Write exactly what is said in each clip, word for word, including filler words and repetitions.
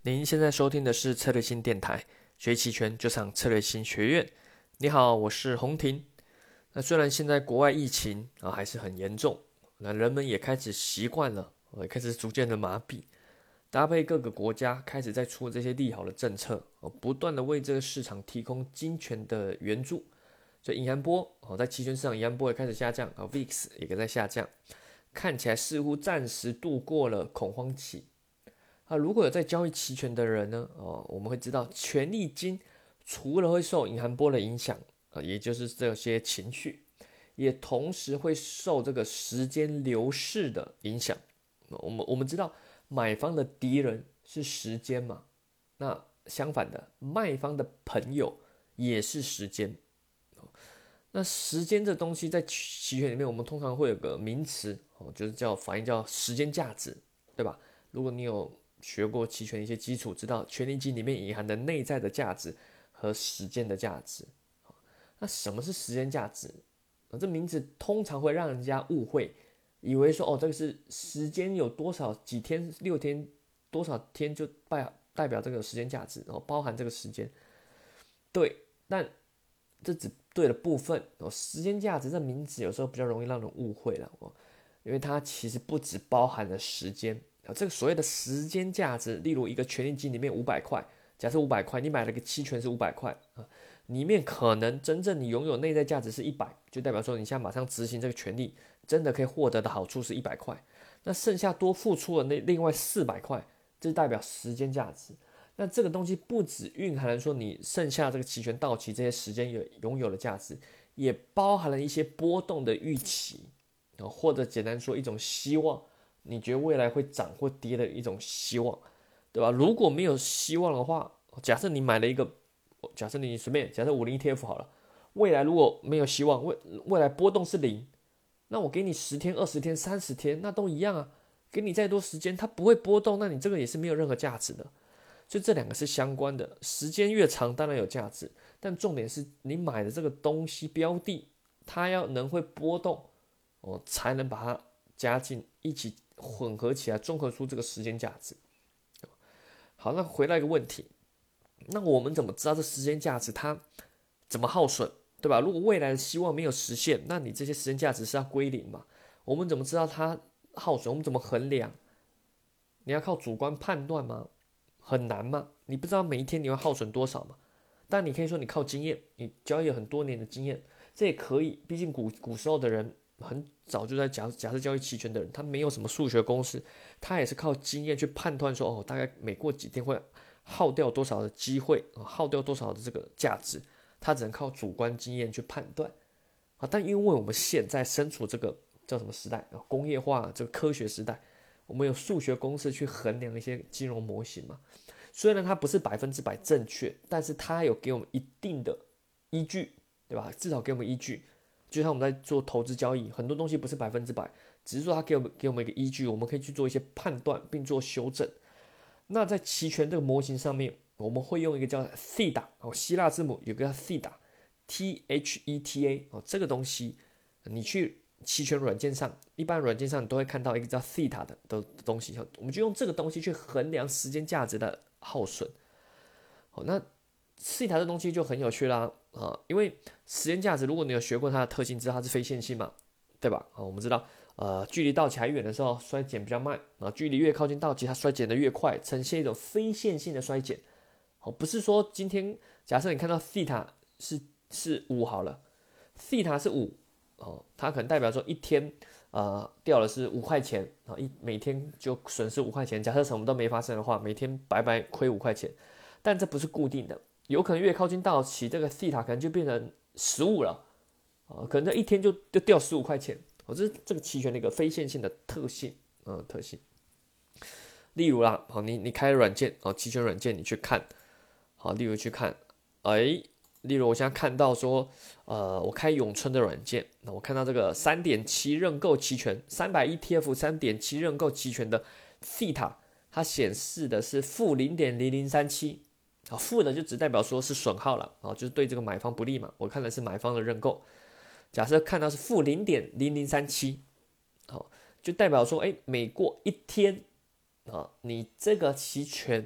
您现在收听的是策略星电台，学期权就上策略星学院。你好，我是洪婷。那虽然现在国外疫情啊还是很严重，那人们也开始习惯了，也开始逐渐的麻痹，搭配各个国家开始在出这些利好的政策，不断的为这个市场提供金权的援助。所以隐含波在期权市场隐含波也开始下降，V I X 也在下降，看起来似乎暂时度过了恐慌期。啊，如果有在交易期权的人呢，哦，我们会知道，权利金除了会受隐含波的影响，啊，也就是这些情绪，也同时会受这个时间流逝的影响。我们我们知道，买方的敌人是时间嘛，那相反的，卖方的朋友也是时间。那时间这东西在期权里面，我们通常会有个名词，哦，就是叫反映叫时间价值，对吧？如果你有学过期权一些基础，知道权利金里面隐含的内在的价值和时间的价值。那什么是时间价值？这名字通常会让人家误会，以为说哦，这个是时间有多少几天、六天、多少天就代代表这个时间价值，然后包含这个时间。对，但这只对了部分哦。时间价值这名字有时候比较容易让人误会了哦，因为它其实不只包含了时间。这个所谓的时间价值，例如一个权利金里面五百块，假设五百块，你买了个期权是五百块啊，里面可能真正你拥有内在价值是一百，就代表说你现在马上执行这个权利，真的可以获得的好处是一百块。那剩下多付出的那另外四百块，这代表时间价值。那这个东西不只蕴含了说你剩下这个期权到期这些时间有拥有的价值，也包含了一些波动的预期，或者简单说一种希望。你觉得未来会涨或跌的一种希望，对吧？如果没有希望的话，假设你买了一个，假设你随便，假设五零 E T F 好了，未来如果没有希望，未未来波动是零，那我给你十天、二十天、三十天，那都一样啊。给你再多时间，它不会波动，那你这个也是没有任何价值的。所以这两个是相关的，时间越长当然有价值，但重点是你买的这个东西标的，它要能会波动，哦，才能把它加进一起。混合起来，综合出这个时间价值。好，那回来一个问题，那我们怎么知道这时间价值它怎么耗损，对吧？如果未来的希望没有实现，那你这些时间价值是要归零嘛？我们怎么知道它耗损？我们怎么衡量？你要靠主观判断吗？很难吗？你不知道每一天你会耗损多少吗？但你可以说你靠经验，你交易了很多年的经验，这也可以。毕竟古古时候的人。很早就在假假设交易期权的人，他没有什么数学公式，他也是靠经验去判断说，哦，大概每过几天会耗掉多少的机会，耗掉多少的这个价值，他只能靠主观经验去判断。啊，但因为我们现在身处这个叫什么时代，工业化这个科学时代，我们有数学公式去衡量一些金融模型嘛。虽然它不是百分之百正确，但是它有给我们一定的依据，对吧？至少给我们依据。就像我们在做投资交易，很多东西不是百分之百，只是说它给我们给我们一个依据，我们可以去做一些判断并做修正。那在期权这个模型上面，我们会用一个叫 theta 哦，希腊字母有个叫 theta，T H E T A 哦，这个东西你去期权软件上，一般软件上你都会看到一个叫 theta 的的东西，我们就用这个东西去衡量时间价值的耗损。好，那theta 这东西就很有趣啦。啊，因为时间价值，如果你有学过它的特性，知道它是非线性嘛，对吧？啊，我们知道，呃，距离到期还远的时候，衰减比较慢啊，距离越靠近到期，它衰减的越快，呈现一种非线性的衰减。好，不是说今天假设你看到 theta 是是五好了 ，theta 是五，哦，它可能代表说一天呃掉的是五块钱啊，一每天就损失五块钱。假设什么都没发生的话，每天白白亏五块钱，但这不是固定的。有可能越靠近到期，这个 theta 可能就变成十五了，啊，可能这一天就就掉十五块钱，哦，这是这个期权的一个非线性的特性，嗯，特性。例如啦，好，你你开软件，哦，期权软件你去看，好，例如去看，哎，例如我现在看到说，呃，我开永春的软件，那我看到这个三点七认购期权，三百 E T F 三点七认购期权的 theta，它显示的是负零点零零三七。好，负的就只代表说是损耗了，啊，就是对这个买方不利嘛。我看的是买方的认购，假设看到是负零点零零三七，好，就代表说，哎，每过一天，啊，你这个期权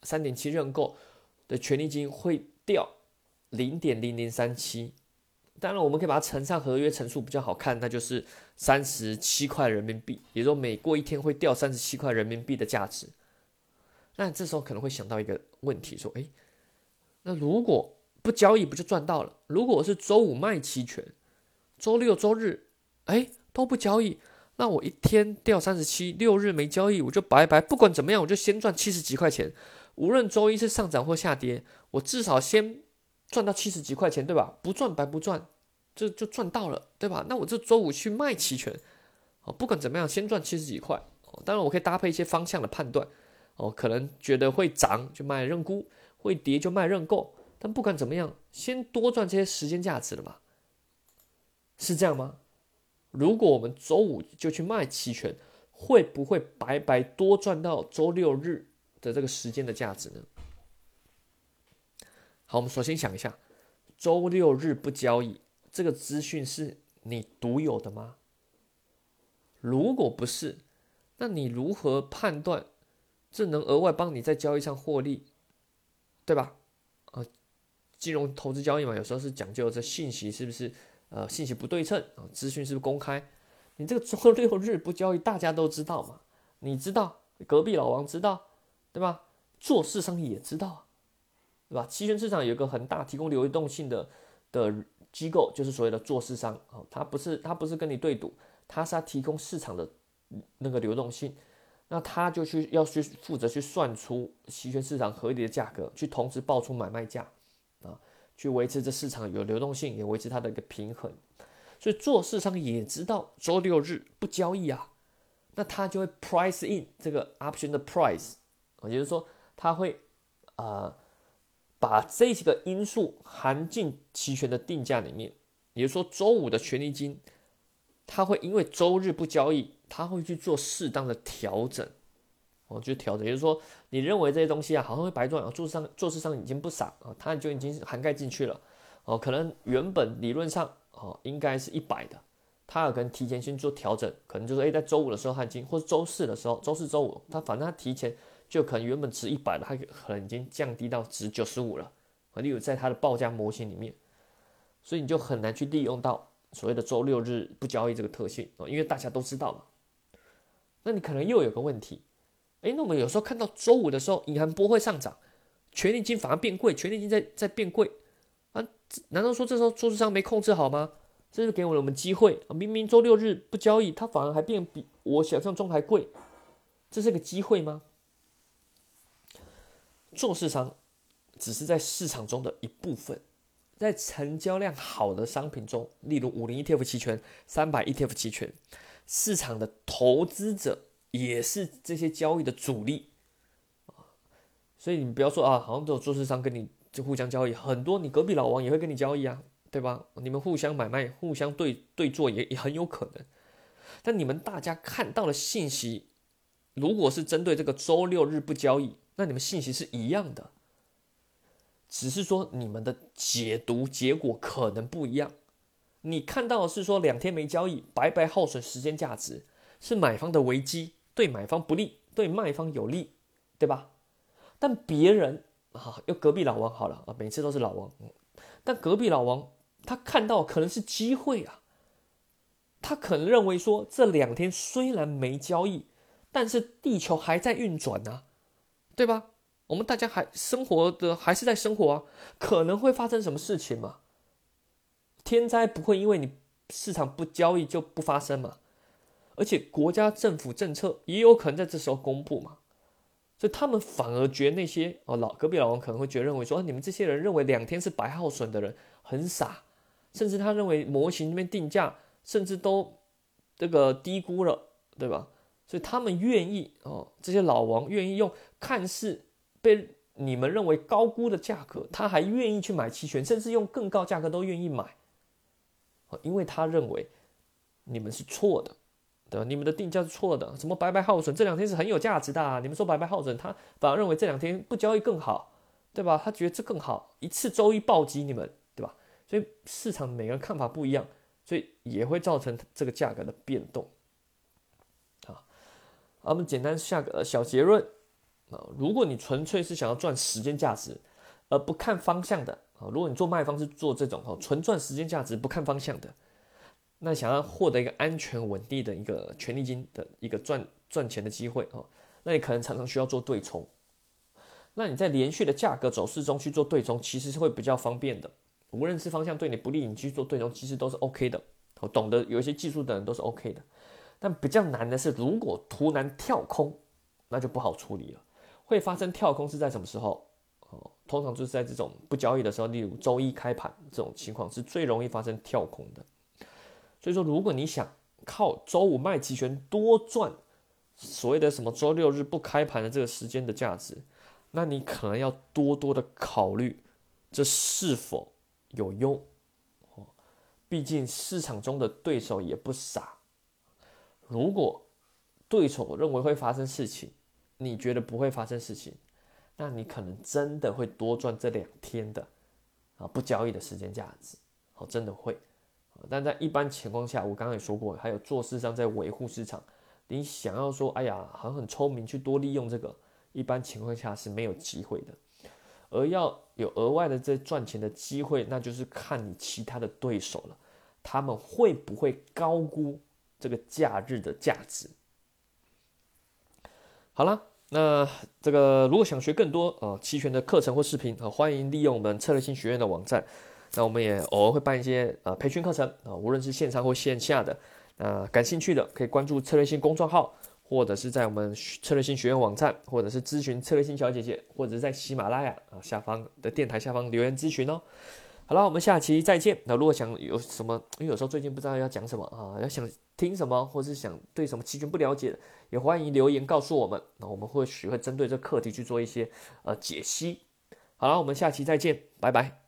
三点七认购的权利金会掉零点零零三七。当然，我们可以把它乘上合约乘数比较好看，那就是三十七块人民币，也就是说每过一天会掉三十七块人民币的价值。那这时候可能会想到一个问题，说，哎，那如果不交易不就赚到了？如果我是周五卖期权，周六周日，哎，都不交易，那我一天掉三十七，六日没交易，我就白白，不管怎么样，我就先赚七十几块钱。无论周一是上涨或下跌，我至少先赚到七十几块钱，对吧？不赚白不赚，这就赚到了，对吧？那我这周五去卖期权，哦，不管怎么样，先赚七十几块。哦，当然，我可以搭配一些方向的判断，哦，可能觉得会涨就卖认沽，会跌就卖认购。但不管怎么样，先多赚这些时间价值了嘛？是这样吗？如果我们周五就去卖期权，会不会白白多赚到周六日的这个时间的价值呢？好，我们首先想一下，周六日不交易，这个资讯是你独有的吗？如果不是，那你如何判断这能额外帮你在交易上获利，对吧？呃，金融投资交易嘛，有时候是讲究这信息是不是呃信息不对称啊，资讯是不是公开？你这个周六日不交易，大家都知道嘛？你知道，隔壁老王知道，对吧？做市商也知道，对吧？期权市场有一个很大提供流动性的的机构，就是所谓的做市商啊，它不是它不是跟你对赌，它是它提供市场的那个流动性，那他就去要去负责去算出期权市场合理的价格，去同时报出买卖价啊，去维持这市场有流动性，也维持它的一个平衡。所以做市商也知道周六日不交易啊，那他就会 price in 这个 option 的 price， 也就是说他会呃把这几个因素含进期权的定价里面，也就是说周五的权利金，他会因为周日不交易，他会去做适当的调整。哦，就调整，也就是说，你认为这些东西啊，好像会白赚啊，做市商做市商已经不傻啊，他就已经涵盖进去了。哦，可能原本理论上哦应该是一百的，他有可能提前先做调整，可能就是哎在周五的时候他已经，或者周四的时候，周四周五他反正他提前就可能原本值一百的，他可能已经降低到值九十五了，啊，例如在他的报价模型里面，所以你就很难去利用到所谓的周六日不交易这个特性哦，因为大家都知道嘛。那你可能又有个问题。哎，那我们有时候看到周五的时候，银行波会上涨，权利金反而变贵，权利金在在变贵啊？难道说这时候做市商没控制好吗？这是给我们机会啊！明明周六日不交易，它反而还变比我想象中还贵，这是个机会吗？做市商只是在市场中的一部分，在成交量好的商品中，例如五零 E T F 期权、三百 E T F 期权，市场的投资者也是这些交易的主力，所以你不要说啊，好像只有做市商跟你就互相交易，很多你隔壁老王也会跟你交易啊，对吧？你们互相买卖、互相对对做也也很有可能。但你们大家看到的信息，如果是针对这个周六日不交易，那你们信息是一样的，只是说你们的解读结果可能不一样。你看到的是说两天没交易，白白耗损时间价值，是买方的危机，对买方不利，对卖方有利，对吧？但别人啊，又隔壁老王好了啊，每次都是老王，嗯，但隔壁老王他看到可能是机会啊，他可能认为说这两天虽然没交易，但是地球还在运转啊，对吧？我们大家还生活的还是在生活啊，可能会发生什么事情嘛？天灾不会因为你市场不交易就不发生嘛？而且国家政府政策也有可能在这时候公布嘛，所以他们反而觉得那些哦老隔壁老王可能会觉得认为说，啊，你们这些人认为两天是白耗损的人很傻，甚至他认为模型那边定价甚至都这个低估了，对吧？所以他们愿意哦，这些老王愿意用看似被你们认为高估的价格，他还愿意去买期权，甚至用更高价格都愿意买，因为他认为你们是错的。对吧？你们的定价是错的，什么白白耗损，这两天是很有价值的啊！你们说白白耗损，他反而认为这两天不交易更好，对吧？他觉得这更好，一次周一暴击你们，对吧？所以市场每个人看法不一样，所以也会造成这个价格的变动。好，我们简单下个小结论啊。如果你纯粹是想要赚时间价值，而不看方向的啊，如果你做卖方是做这种哦纯赚时间价值不看方向的，那想要获得一个安全稳定的一个权利金的一个赚赚钱的机会哦，那你可能常常需要做对冲。那你在连续的价格走势中去做对冲，其实是会比较方便的。无论是方向对你不利，你去做对冲，其实都是 OK 的。懂得有一些技术的人都是 OK 的。但比较难的是，如果突然跳空，那就不好处理了。会发生跳空是在什么时候？哦，通常就是在这种不交易的时候，例如周一开盘这种情况是最容易发生跳空的。所以说，如果你想靠周五卖期权多赚所谓的什么周六日不开盘的这个时间的价值，那你可能要多多的考虑这是否有用。毕竟市场中的对手也不傻，如果对手认为会发生事情，你觉得不会发生事情，那你可能真的会多赚这两天的啊不交易的时间价值，好，真的会。但在一般情况下，我刚刚也说过，还有做市上在维护市场，你想要说，哎呀，好像很聪明去多利用这个，一般情况下是没有机会的。而要有额外的这赚钱的机会，那就是看你其他的对手了，他们会不会高估这个假日的价值。好了，那这个如果想学更多呃期权的课程或视频，呃、欢迎利用我们策略性学院的网站。那我们也偶尔会办一些呃培训课程啊，无论是线上或线下的。那感兴趣的可以关注策略性公众号，或者是在我们策略性学院网站，或者是咨询策略性小姐姐，或者是在喜马拉雅啊下方的电台下方留言咨询哦。好了，我们下期再见。那如果想有什么，因为有时候最近不知道要讲什么啊，要想听什么，或是想对什么期权不了解的，也欢迎留言告诉我们。那我们或许会针对这课题去做一些呃解析。好了，我们下期再见，拜拜。